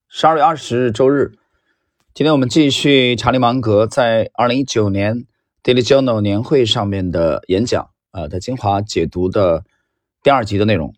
12月20日周日，今天我们继续查理芒格在2019年 Daily Journal 年会上面的演讲的精华解读的第2集的内容。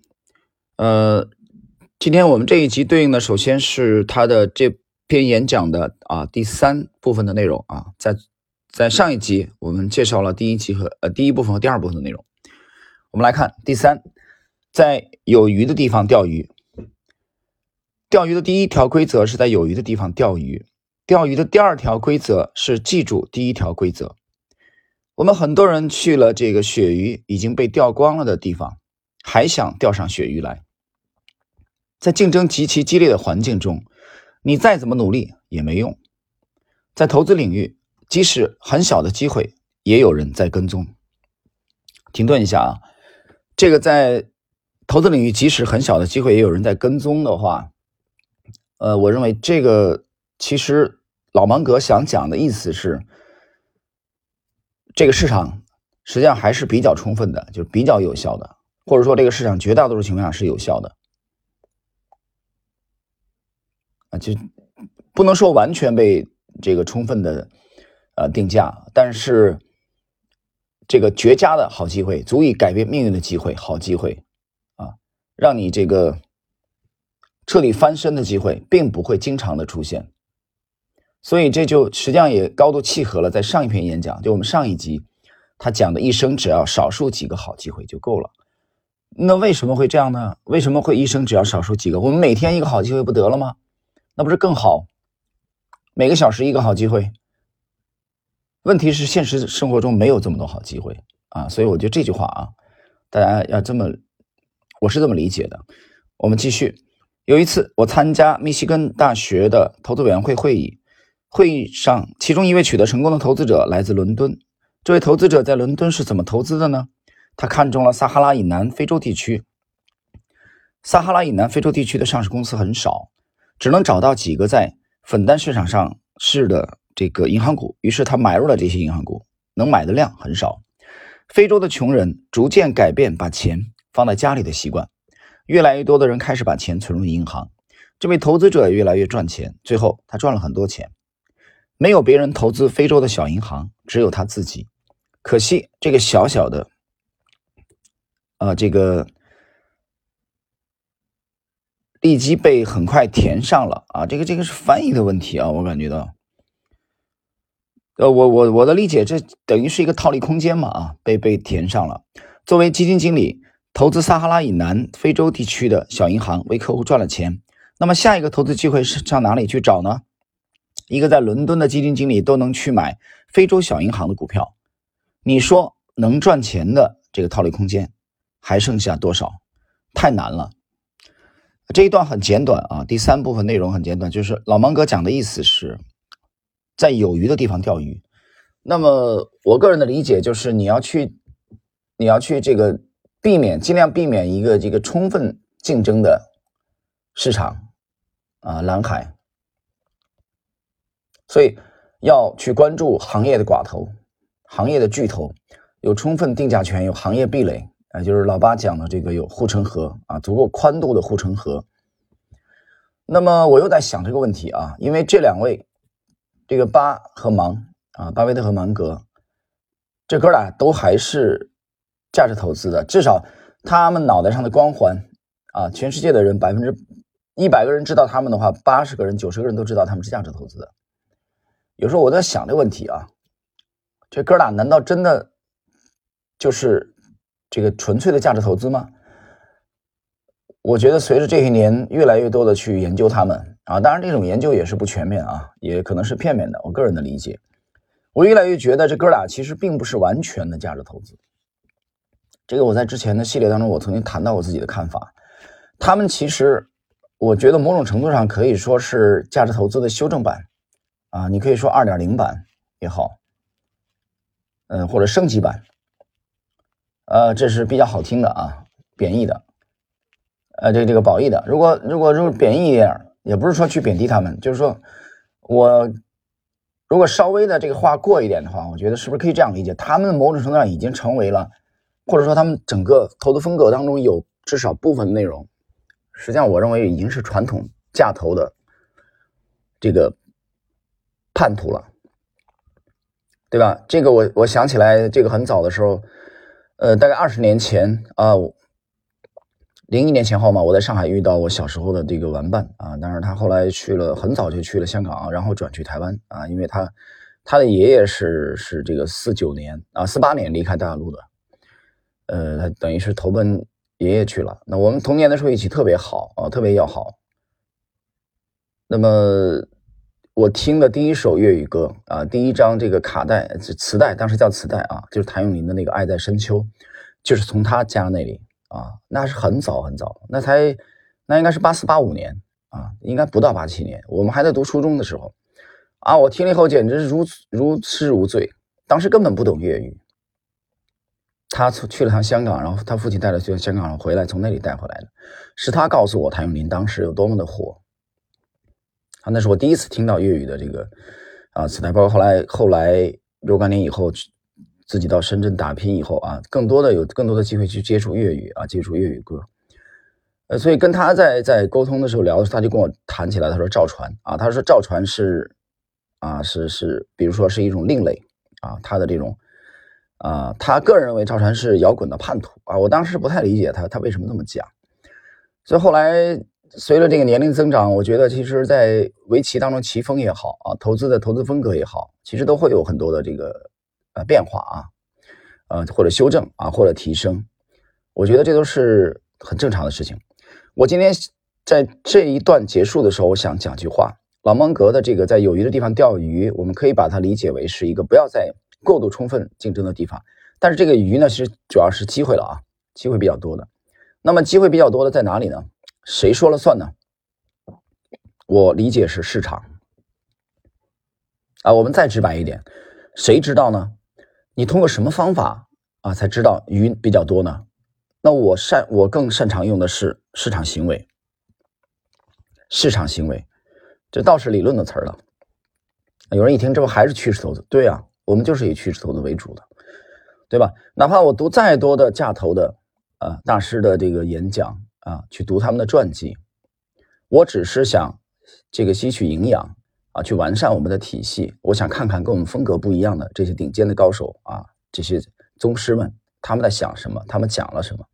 今天我们这一集对应的首先是他的这篇演讲的第3部分的内容啊，在上一集我们介绍了第一部分和第2部分的内容。我们来看第3，在有鱼的地方钓鱼。钓鱼的第1条规则是在有鱼的地方钓鱼。钓鱼的第2条规则是记住第1条规则。我们很多人去了这个鳕鱼已经被钓光了的地方，还想钓上鳕鱼来。在竞争极其激烈的环境中，你再怎么努力也没用。在投资领域，即使很小的机会，也有人在跟踪。停顿一下啊，这个在投资领域即使很小的机会，也有人在跟踪的话，我认为这个其实老芒格想讲的意思是，这个市场实际上还是比较充分的，就是比较有效的，或者说这个市场绝大多数情况下是有效的。就不能说完全被这个充分的定价，但是这个绝佳的好机会，足以改变命运的机会，好机会让你这个彻底翻身的机会并不会经常的出现。所以这就实际上也高度契合了在上一篇演讲，就我们上一集他讲的一生只要少数几个好机会就够了。那为什么会这样呢？为什么会一生只要少数几个？我们每天一个好机会不得了吗？那不是更好？每个小时一个好机会。问题是现实生活中没有这么多好机会所以我觉得这句话大家要这么，我是这么理解的。我们继续。有一次我参加密西根大学的投资委员会会议，会议上其中一位取得成功的投资者来自伦敦。这位投资者在伦敦是怎么投资的呢？他看中了撒哈拉以南非洲地区。撒哈拉以南非洲地区的上市公司很少，只能找到几个在粉单市场上市的这个银行股，于是他买入了这些银行股，能买的量很少。非洲的穷人逐渐改变把钱放在家里的习惯，越来越多的人开始把钱存入银行，这位投资者也越来越赚钱，最后他赚了很多钱。没有别人投资非洲的小银行，只有他自己。可惜这个小小的这个利基被很快填上了这个是翻译的问题我感觉到我的理解，这等于是一个套利空间嘛被填上了。作为基金经理，投资撒哈拉以南非洲地区的小银行，为客户赚了钱。那么下一个投资机会是上哪里去找呢？一个在伦敦的基金经理都能去买非洲小银行的股票，你说能赚钱的这个套利空间还剩下多少？太难了。这一段很简短第3部分内容很简短，就是老芒格讲的意思是在有鱼的地方钓鱼。那么我个人的理解就是你要去这个尽量避免一个这个充分竞争的市场蓝海。所以要去关注行业的寡头，行业的巨头，有充分定价权，有行业壁垒就是老八讲的这个有护城河足够宽度的护城河。那么我又在想这个问题因为这两位这个巴菲特和芒格，这哥俩都还是价值投资的，至少他们脑袋上的光环全世界的人100个人知道他们的话，80个人90个人都知道他们是价值投资的。有时候我在想这个问题这哥俩难道真的就是这个纯粹的价值投资吗？我觉得随着这些年越来越多的去研究他们当然这种研究也是不全面也可能是片面的，我个人的理解，我越来越觉得这哥俩其实并不是完全的价值投资。这个我在之前的系列当中我曾经谈到我自己的看法，他们其实我觉得某种程度上可以说是价值投资的修正版你可以说 2.0 版也好或者升级版这是比较好听的贬义的这个褒义的。如果贬义一点，也不是说去贬低他们，就是说我如果稍微的这个话过一点的话，我觉得是不是可以这样理解，他们某种程度上已经成为了，或者说他们整个投资风格当中有至少部分内容，实际上我认为已经是传统价投的这个叛徒了，对吧？这个我想起来，这个很早的时候，大概20年前啊，01年前后嘛，我在上海遇到我小时候的这个玩伴啊，但是他后来很早就去了香港，然后转去台湾啊，因为他的爷爷是这个49年啊48年离开大陆的，他等于是投奔爷爷去了。那我们童年的时候一起特别好啊，特别要好。那么我听的第一首粤语歌啊，第一张这个磁带，当时叫磁带啊，就是谭咏麟的那个《爱在深秋》，就是从他家那里啊，那是很早很早，那应该是84、85年啊，应该不到87年，我们还在读初中的时候啊，我听了以后简直是如痴如醉，当时根本不懂粤语。他去了趟香港，然后他父亲带他去香港回来，从那里带回来的，是他告诉我谭咏麟当时有多么的火。那是我第一次听到粤语的这个磁带，包括后来若干年以后自己到深圳打拼以后啊，有更多的机会去接触粤语啊，接触粤语歌。所以跟他在沟通的时候聊，他就跟我谈起来，他说赵传啊，他说赵传是比如说是一种另类啊，他的这种他个人认为赵传是摇滚的叛徒啊，我当时不太理解他为什么这么讲，所以后来随着这个年龄增长，我觉得其实在围棋当中棋风也好啊，投资风格也好，其实都会有很多的这个变化啊，或者修正啊，或者提升，我觉得这都是很正常的事情。我今天在这一段结束的时候，我想讲句话，老芒格的这个在有鱼的地方钓鱼，我们可以把它理解为是一个不要在过度充分竞争的地方，但是这个鱼呢，其实主要是机会了啊，机会比较多的。那么机会比较多的在哪里呢？谁说了算呢？我理解是市场啊。我们再直白一点，谁知道呢？你通过什么方法啊才知道鱼比较多呢？那我更擅长用的是市场行为。市场行为，这倒是理论的词儿了。有人一听，这不还是趋势投资？对啊，我们就是以趋势投资为主的，对吧？哪怕我读再多的价投的大师的这个演讲啊，去读他们的传记，我只是想这个吸取营养啊，去完善我们的体系。我想看看跟我们风格不一样的这些顶尖的高手啊，这些宗师们他们在想什么，他们讲了什么。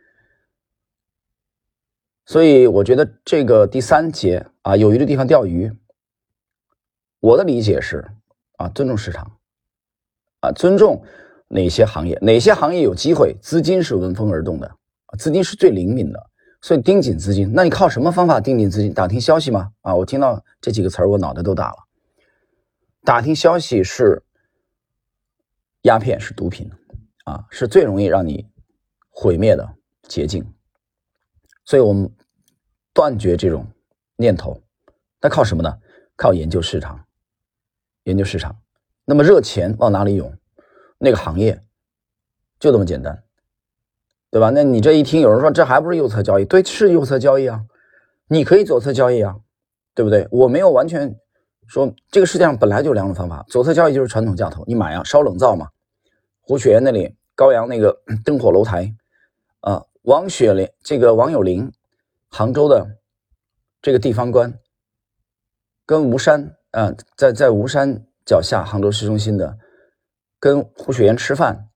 所以我觉得这个第3节啊，有鱼的地方钓鱼，我的理解是尊重市场啊，尊重哪些行业有机会，资金是闻风而动的，资金是最灵敏的，所以盯紧资金。那你靠什么方法盯紧资金？打听消息吗？啊，我听到这几个词儿，我脑袋都大了。打听消息是鸦片，是毒品啊，是最容易让你毁灭的捷径。所以我们断绝这种念头，那靠什么呢？靠研究市场，研究市场。那么热钱往哪里涌？那个行业就这么简单，对吧？那你这一听，有人说这还不是右侧交易？对，是右侧交易啊，你可以左侧交易啊，对不对？我没有完全说这个世界上本来就2种方法，左侧交易就是传统价投，你买啊，烧冷灶嘛。胡雪岩那里，高阳那个灯火楼台王有龄，杭州的这个地方官，跟吴山在吴山脚下，杭州市中心的，跟胡雪岩吃饭，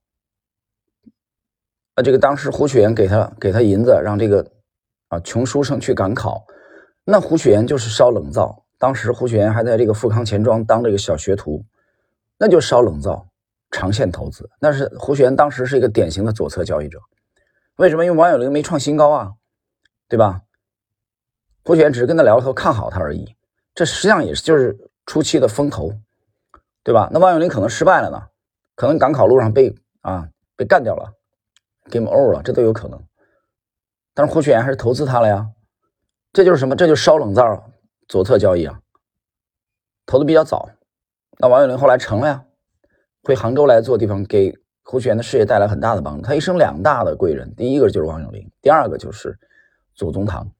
这个当时胡雪岩给他银子，让这个穷书生去赶考，那胡雪岩就是烧冷灶。当时胡雪岩还在这个富康钱庄当这个小学徒，那就烧冷灶，长线投资。但是胡雪岩当时是一个典型的左侧交易者。为什么？因为王有龄没创新高啊，对吧？胡雪岩只是跟他聊了头，看好他而已。这实际上也就是初期的风投，对吧？那王有龄可能失败了呢，可能赶考路上被干掉了 ，game over 了，这都有可能。但是胡雪岩还是投资他了呀，这就是什么？这就是烧冷灶，左侧交易啊，投的比较早。那王有龄后来成了呀，回杭州来做地方，给胡雪岩的事业带来很大的帮助。他一生2大的贵人，第一个就是王有龄，第二个就是左宗棠。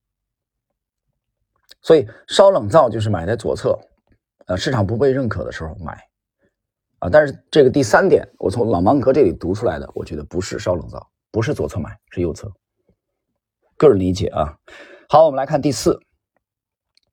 所以烧冷灶就是买在左侧，市场不被认可的时候买但是这个第3点，我从老芒格这里读出来的，我觉得不是烧冷灶，不是左侧买，是右侧，个人理解啊。好，我们来看第4，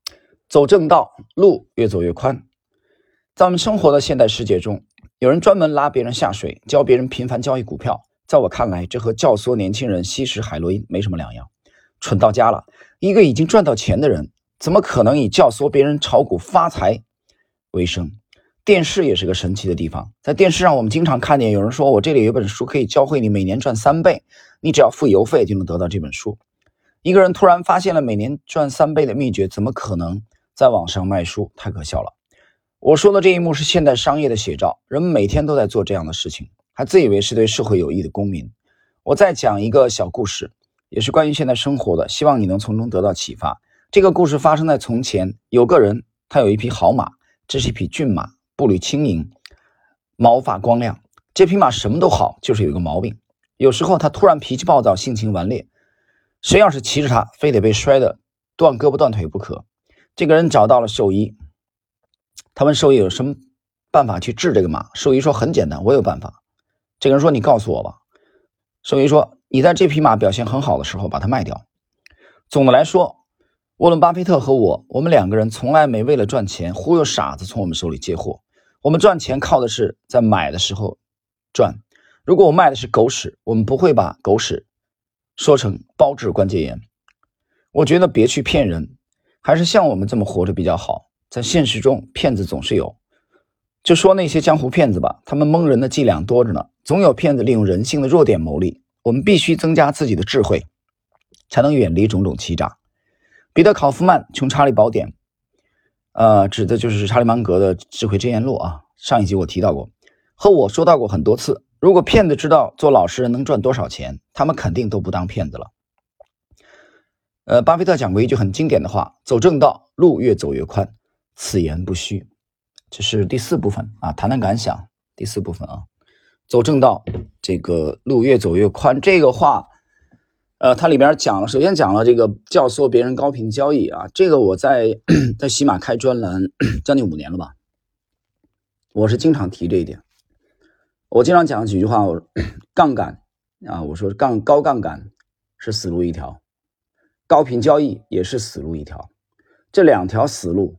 走正道，路越走越宽。在我们生活的现代世界中，有人专门拉别人下水，教别人频繁交易股票。在我看来，这和教唆年轻人吸食海洛因没什么两样，蠢到家了。一个已经赚到钱的人，怎么可能以教唆别人炒股发财为生？电视也是个神奇的地方，在电视上我们经常看见有人说，我这里有一本书可以教会你每年赚3倍，你只要付邮费就能得到这本书。一个人突然发现了每年赚3倍的秘诀，怎么可能在网上卖书？太可笑了。我说的这一幕是现代商业的写照，人们每天都在做这样的事情，还自以为是对社会有益的公民。我再讲一个小故事，也是关于现代生活的，希望你能从中得到启发。这个故事发生在从前，有个人他有一匹好马，这是一匹骏马，步履轻盈，毛发光亮。这匹马什么都好，就是有一个毛病，有时候他突然脾气暴躁，性情顽劣，谁要是骑着他，非得被摔得断胳膊断腿不可。这个人找到了兽医，他问兽医有什么办法去治这个马。兽医说很简单，我有办法。这个人说你告诉我吧。兽医说你在这匹马表现很好的时候把它卖掉。总的来说，沃伦巴菲特和我们两个人从来没为了赚钱忽悠傻子从我们手里接货。我们赚钱靠的是在买的时候赚。如果我卖的是狗屎，我们不会把狗屎说成包治关节炎。我觉得别去骗人，还是像我们这么活着比较好。在现实中，骗子总是有，就说那些江湖骗子吧，他们蒙人的伎俩多着呢，总有骗子利用人性的弱点牟利。我们必须增加自己的智慧，才能远离种种欺诈。彼得·考夫曼《穷查理宝典》指的就是查理芒格的智慧箴言录啊。上一集我提到过，和我说到过很多次，如果骗子知道做老实人能赚多少钱，他们肯定都不当骗子了。巴菲特讲过一句很经典的话，走正道，路越走越宽，此言不虚。这是第4部分啊，谈谈感想。第4部分啊，走正道，这个路越走越宽，这个话它里边讲了，首先讲了这个教唆别人高频交易啊，这个我在喜马开专栏将近5年了吧，我是经常提这一点。我经常讲几句话，杠杆啊，我说高杠杆是死路一条，高频交易也是死路一条，这2条死路，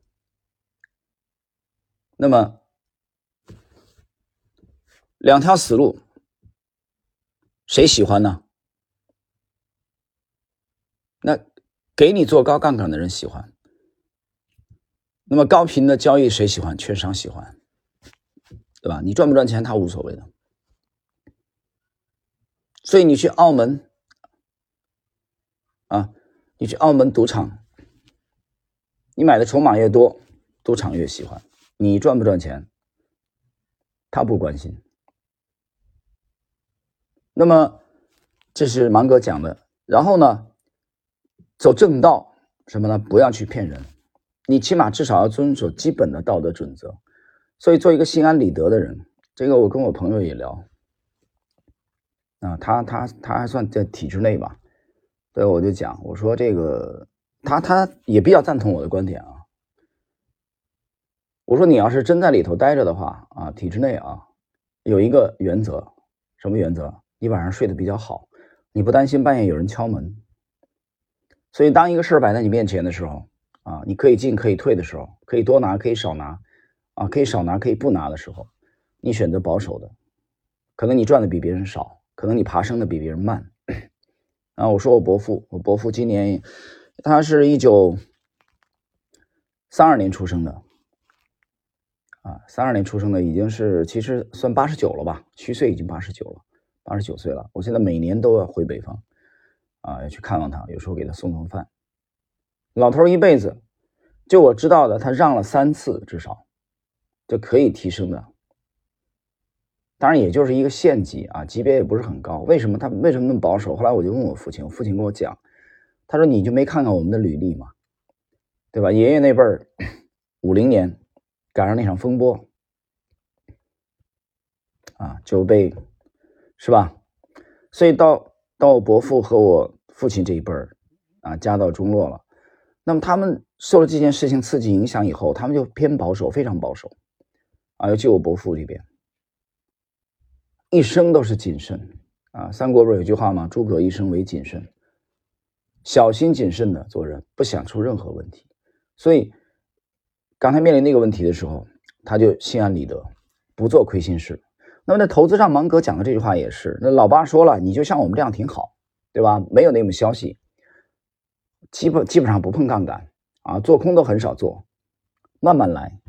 那么2条死路谁喜欢呢？那给你做高杠杆的人喜欢，那么高频的交易谁喜欢？券商喜欢，对吧？你赚不赚钱他无所谓的。所以你去澳门啊，你去澳门赌场，你买的筹码越多，赌场越喜欢。你赚不赚钱他不关心。那么这是芒格讲的。然后呢，走正道什么呢？不要去骗人，你起码至少要遵守基本的道德准则。所以做一个心安理得的人，这个我跟我朋友也聊啊，他还算在体制内吧。对，我就讲，我说这个他也比较赞同我的观点啊。我说你要是真在里头待着的话啊，体制内啊，有一个原则，什么原则？你晚上睡得比较好，你不担心半夜有人敲门。所以当一个事摆在你面前的时候啊，你可以进可以退的时候，可以多拿可以少拿啊，可以少拿可以不拿的时候，你选择保守的，可能你赚的比别人少，可能你爬升的比别人慢啊。我说我伯父今年他是1932年出生的啊，32年出生的已经是其实算89了吧，虚岁已经89了，89岁了。我现在每年都要回北方啊，要去看望他，有时候给他送送饭。老头一辈子，就我知道的，他让了3次，至少这可以提升的。当然也就是一个县级啊，级别也不是很高。为什么他为什么那么保守？后来我就问我父亲，我父亲跟我讲，他说你就没看看我们的履历吗？对吧？爷爷那辈儿50年赶上那场风波啊，就被是吧？所以到我伯父和我父亲这一辈儿啊，家道中落了。那么他们受了这件事情刺激影响以后，他们就偏保守，非常保守啊。尤其我伯父这边，一生都是谨慎啊。三国不是有句话吗？诸葛一生为谨慎，小心谨慎的做人，不想出任何问题。所以刚才面临那个问题的时候，他就心安理得，不做亏心事。那么在投资上，芒格讲的这句话也是，那老八说了，你就像我们这样挺好，对吧？没有那种消息，基本上不碰杠杆啊，做空都很少做，慢慢来，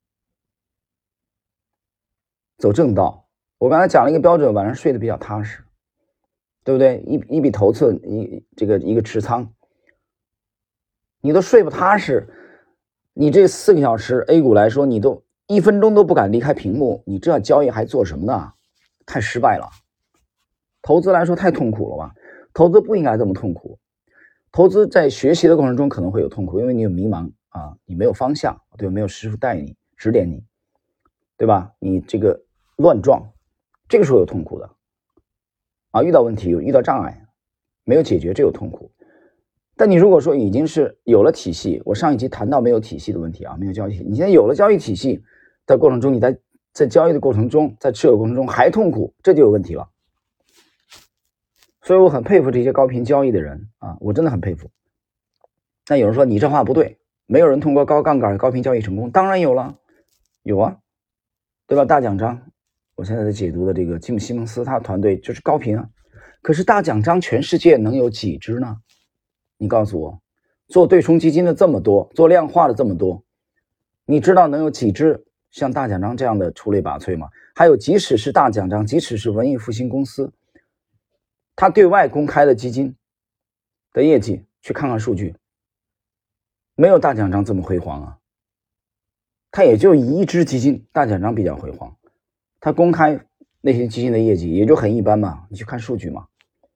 走正道。我刚才讲了一个标准，晚上睡得比较踏实，对不对？一笔头寸，一个持仓，你都睡不踏实，你这4个小时 A 股来说，你都1分钟都不敢离开屏幕，你这交易还做什么呢？太失败了。投资来说太痛苦了吧？投资不应该这么痛苦。投资在学习的过程中可能会有痛苦，因为你有迷茫啊，你没有方向，对吧？没有师傅带你指点你，对吧？你这个乱撞，这个时候有痛苦的啊，遇到问题遇到障碍没有解决，这有痛苦。但你如果说已经是有了体系，我上一集谈到没有体系的问题啊，没有交易体系，你现在有了交易体系的过程中，你在交易的过程中，在持有过程中还痛苦，这就有问题了。所以我很佩服这些高频交易的人啊，我真的很佩服。那有人说你这话不对，没有人通过高杠杆高频交易成功，当然有了，有啊，对吧？大奖章，我现在在解读的这个吉姆西蒙斯他团队就是高频啊，可是大奖章全世界能有几只呢？你告诉我，做对冲基金的这么多，做量化的这么多，你知道能有几只像大奖章这样的出类拔萃吗？还有即使是大奖章，即使是文艺复兴公司，他对外公开的基金的业绩，去看看数据，没有大奖章这么辉煌啊。他也就一只基金，大奖章比较辉煌，他公开那些基金的业绩也就很一般嘛，你去看数据嘛。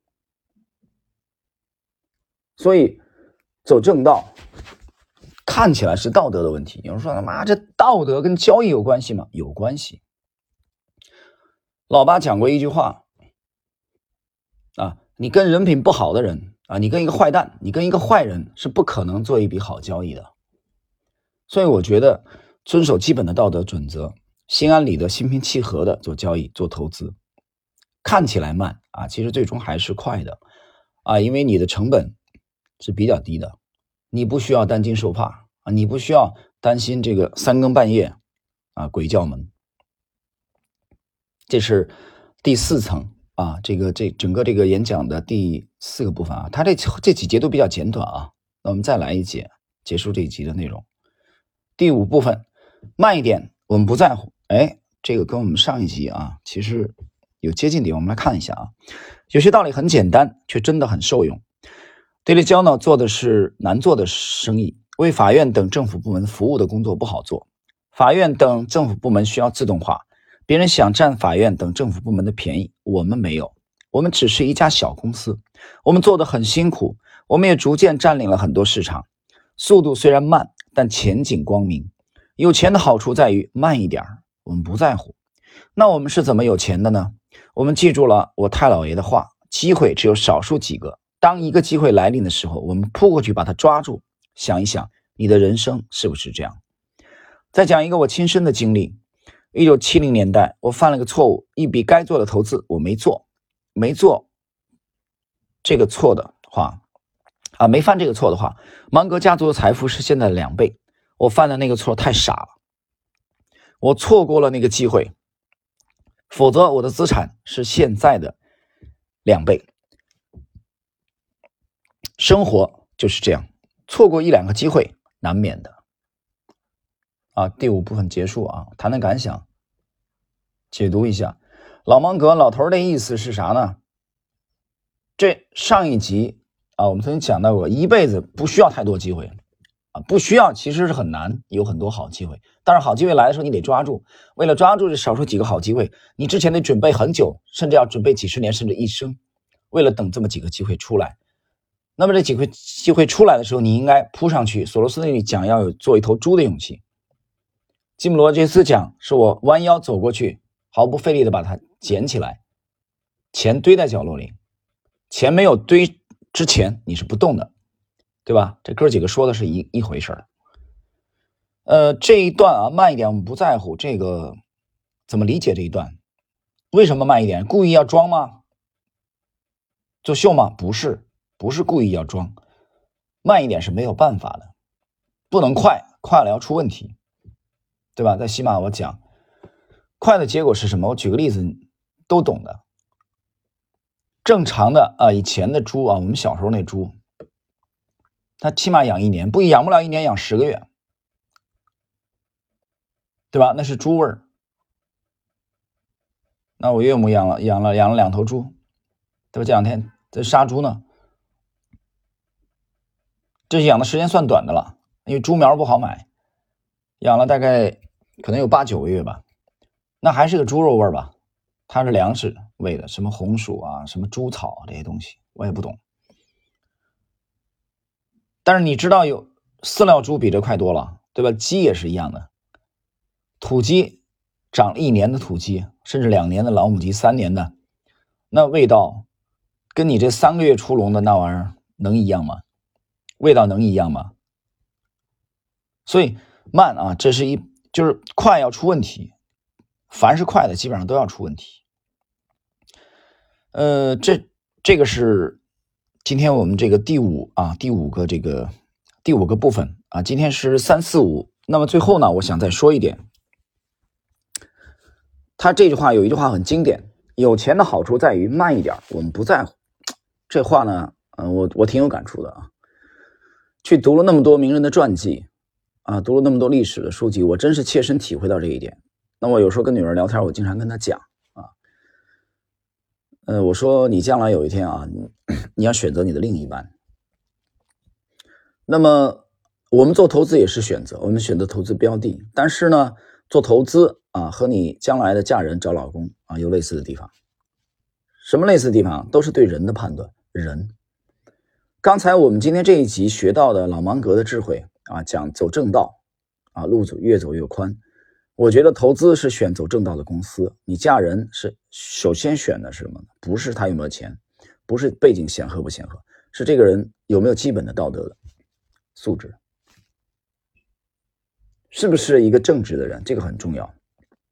所以走正道看起来是道德的问题，有人说他妈这道德跟交易有关系吗？有关系。老八讲过一句话啊，你跟人品不好的人啊，你跟一个坏蛋，你跟一个坏人是不可能做一笔好交易的。所以我觉得遵守基本的道德准则，心安理得心平气和的做交易做投资，看起来慢啊，其实最终还是快的啊，因为你的成本是比较低的，你不需要担惊受怕啊，你不需要担心这个3更半夜啊鬼叫门。这是第4层啊，这整个这个演讲的第4个部分啊，它这几节都比较简短啊，那我们再来一节，结束这一集的内容。第5部分，慢一点，我们不在乎。这个跟我们上一集啊，其实有接近点，我们来看一下啊。有些道理很简单，却真的很受用。Daily Journal 做的是难做的生意，为法院等政府部门服务的工作不好做。法院等政府部门需要自动化，别人想占法院等政府部门的便宜，我们没有，我们只是一家小公司，我们做得很辛苦，我们也逐渐占领了很多市场，速度虽然慢，但前景光明。有钱的好处在于慢一点，我们不在乎。那我们是怎么有钱的呢？我们记住了我太老爷的话，机会只有少数几个，当一个机会来临的时候，我们扑过去把它抓住。想一想你的人生是不是这样？再讲一个我亲身的经历。1970年代我犯了个错误，一笔该做的投资我没做这个错的话啊，没犯这个错的话，芒格家族的财富是现在的2倍。我犯的那个错太傻了，我错过了那个机会，否则我的资产是现在的2倍。生活就是这样，错过1-2个机会难免的啊。第5部分结束啊，谈谈感想，解读一下老芒格老头的意思是啥呢？这上一集啊，我们曾经讲到过，一辈子不需要太多机会啊，不需要其实是很难有很多好机会，但是好机会来的时候你得抓住，为了抓住这少数几个好机会，你之前得准备很久，甚至要准备几十年甚至一生，为了等这么几个机会出来。那么这几个机会出来的时候，你应该扑上去。索罗斯那里讲要有做一头猪的勇气，基姆罗杰斯讲是我弯腰走过去，毫不费力的把它捡起来，钱堆在角落里，钱没有堆之前你是不动的，对吧？这哥几个说的是一回事。这一段啊，慢一点我们不在乎，这个怎么理解这一段？为什么慢一点？故意要装吗？作秀吗？不是故意要装，慢一点是没有办法的，不能快了要出问题。 对吧？在喜马我讲快的结果是什么，我举个例子都懂的。正常的以前的猪我们小时候那猪，它起码养1年，养不了1年，养10个月，对吧？那是猪味儿。那我岳母养了2头猪，对吧？这2天在杀猪呢，这养的时间算短的了，因为猪苗不好买，养了大概可能有8、9个月吧，那还是个猪肉味儿吧？它是粮食喂的，什么红薯什么猪草这些东西我也不懂。但是你知道有饲料猪比这快多了，对吧？鸡也是一样的，土鸡长1年的土鸡，甚至2年的老母鸡，3年的，那味道跟你这3个月出笼的那玩意儿能一样吗？味道能一样吗？所以慢这是就是快要出问题，凡是快的基本上都要出问题。这个是今天我们这个第五个部分今天是3、4、5。那么最后呢，我想再说一点，他这句话有一句话很经典，有钱的好处在于慢一点，我们不在乎。这话呢，我挺有感触的去读了那么多名人的传记读了那么多历史的书籍，我真是切身体会到这一点。那我有时候跟女儿聊天，我经常跟她讲我说你将来有一天你要选择你的另一半。那么我们做投资也是选择，我们选择投资标的，但是呢，做投资和你将来的嫁人找老公有类似的地方。什么类似的地方？都是对人的判断。人，刚才我们今天这一集学到的老芒格的智慧讲走正道路越走越宽。我觉得投资是选走正道的公司，你嫁人是首先选的是什么呢？不是他有没有钱，不是背景显赫不显赫，是这个人有没有基本的道德的素质，是不是一个正直的人，这个很重要。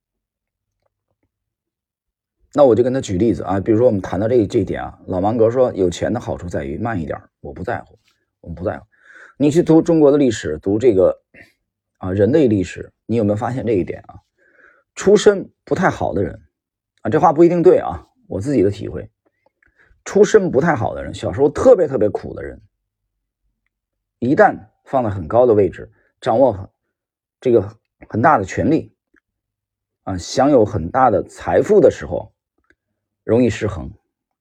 那我就跟他举例子比如说我们谈到这一点老芒格说有钱的好处在于慢一点，我不在乎，我们不在乎。你去读中国的历史，读这个人类历史，你有没有发现这一点出身不太好的人这话不一定对我自己的体会，出身不太好的人，小时候特别特别苦的人，一旦放在很高的位置，掌握这个很大的权力享有很大的财富的时候，容易失衡。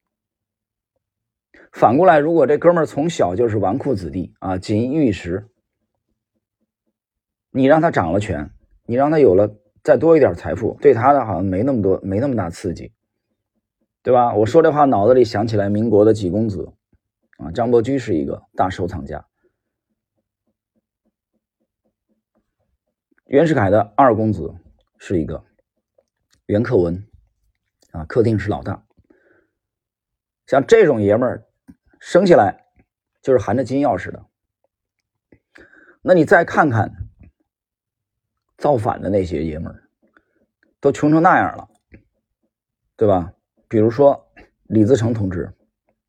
反过来，如果这哥们儿从小就是纨绔子弟锦衣玉食，你让他掌了权，你让他有了再多一点财富，对他的好像没那么大刺激，对吧？我说这话脑子里想起来民国的几公子张伯驹是一个大收藏家，袁世凯的2公子是一个袁克文客定是老大。像这种爷们儿生下来就是含着金钥匙的。那你再看看造反的那些爷们儿，都穷成那样了，对吧？比如说李自成同志，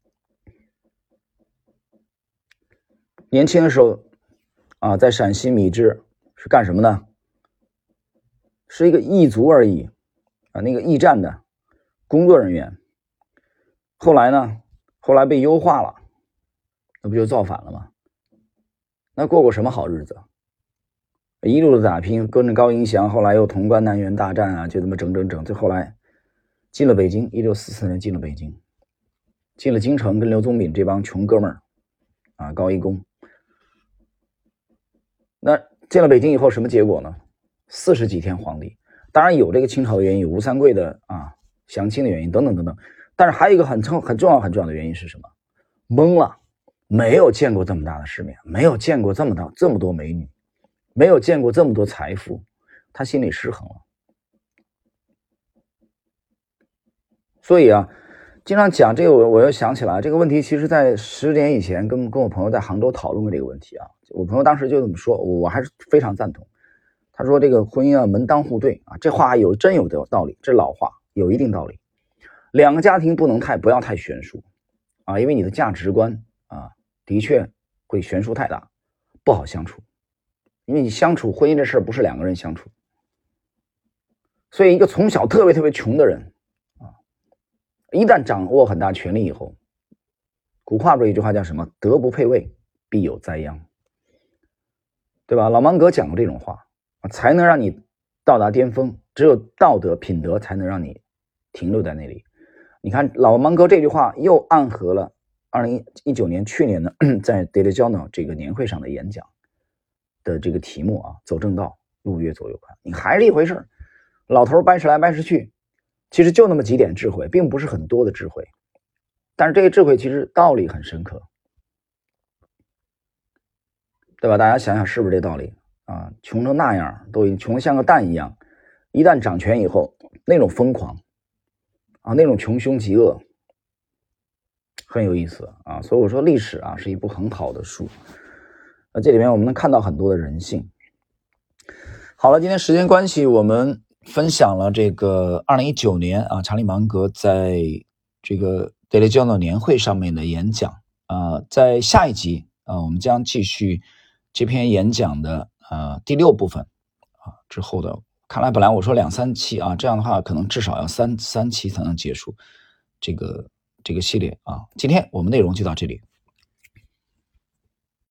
年轻的时候在陕西米脂是干什么呢？是一个驿卒而已那个驿站的工作人员。后来被优化了，那不就造反了吗？那过什么好日子？一路的打拼，跟着高迎祥，后来又潼关南园大战就这么整，最后来进了北京，1644年进了北京，进了京城，跟刘宗敏这帮穷哥们儿高一公。那进了北京以后什么结果呢？40几天皇帝，当然有这个清朝的原因，有吴三桂的降清的原因等等，但是还有一个很重要的原因是什么？懵了，没有见过这么大的世面，没有见过这么多美女，没有见过这么多财富，他心里失衡了。所以经常讲这个，我又想起来这个问题，其实在10年以前跟我朋友在杭州讨论过这个问题我朋友当时就这么说，我还是非常赞同。他说这个婚姻门当户对这话真有道理，这老话有一定道理。2个家庭不要太悬殊因为你的价值观的确会悬殊太大，不好相处。因为你相处婚姻这事儿不是2个人相处所以一个从小特别特别穷的人啊，一旦掌握很大权力以后，古话中一句话叫什么？德不配位，必有灾殃，对吧？老芒格讲过这种话才能让你到达巅峰，只有道德品德才能让你停留在那里。你看老芒格这句话又暗合了2019年去年呢在 Daily Journal 这个年会上的演讲的这个题目啊，走正道，路越走越宽。你还是一回事，老头掰扯来掰扯去，其实就那么几点智慧，并不是很多的智慧，但是这个智慧其实道理很深刻，对吧？大家想想是不是这道理啊？穷成那样，都已经穷得像个蛋一样，一旦掌权以后，那种疯狂啊，那种穷凶极恶，很有意思啊。所以我说历史啊是一部很好的书，这里面我们能看到很多的人性。好了，今天时间关系，我们分享了这个2019年啊，查理芒格在这个 Daily Journal 年会上面的演讲啊，在下一集啊，我们将继续这篇演讲的第6部分啊之后的。看来本来我说2、3期啊，这样的话可能至少要三期才能结束这个系列啊。今天我们内容就到这里。